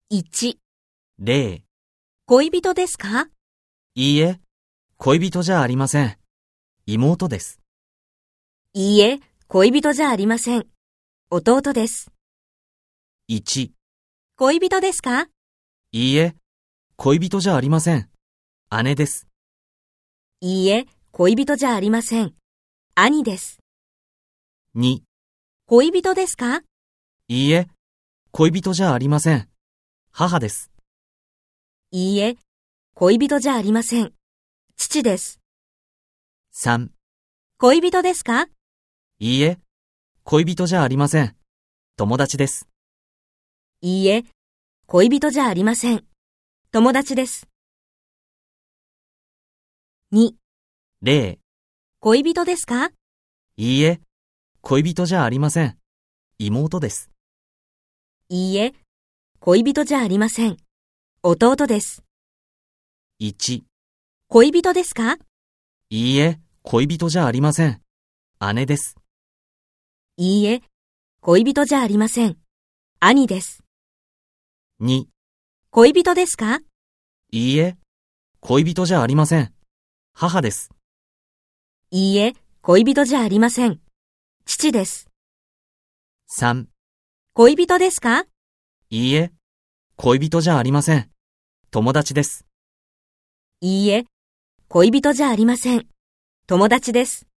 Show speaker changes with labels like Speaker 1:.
Speaker 1: 1、
Speaker 2: 0、
Speaker 1: 恋人ですか？
Speaker 2: いいえ、恋人じゃありません。妹です。
Speaker 1: いいえ、恋人じゃありません。弟です。
Speaker 2: 1、
Speaker 1: 恋人ですか？
Speaker 2: いいえ、恋人じゃありません。姉です。
Speaker 1: いいえ、恋人じゃありません。兄です。
Speaker 2: 2、
Speaker 1: 恋人ですか？
Speaker 2: いいえ、恋人じゃありません。母です。
Speaker 1: いいえ、恋人じゃありません。父です。
Speaker 2: 3、
Speaker 1: 恋人ですか？
Speaker 2: いいえ、恋人じゃありません。友達です。
Speaker 1: いいえ、恋人じゃありません。友達です。2、
Speaker 2: 0、
Speaker 1: 恋人ですか？
Speaker 2: いいえ、恋人じゃありません。妹です。
Speaker 1: いいえ、恋人じゃありません。弟です。
Speaker 2: 1、
Speaker 1: 恋人ですか？
Speaker 2: いいえ、恋人じゃありません。姉です。
Speaker 1: いいえ、恋人じゃありません。兄です。
Speaker 2: 2、
Speaker 1: 恋人ですか？
Speaker 2: いいえ、恋人じゃありません。母です。
Speaker 1: いいえ、恋人じゃありません。父です。
Speaker 2: 3、
Speaker 1: 恋人ですか？
Speaker 2: いいえ、恋人じゃありません。友達です。
Speaker 1: いいえ、恋人じゃありません。友達です。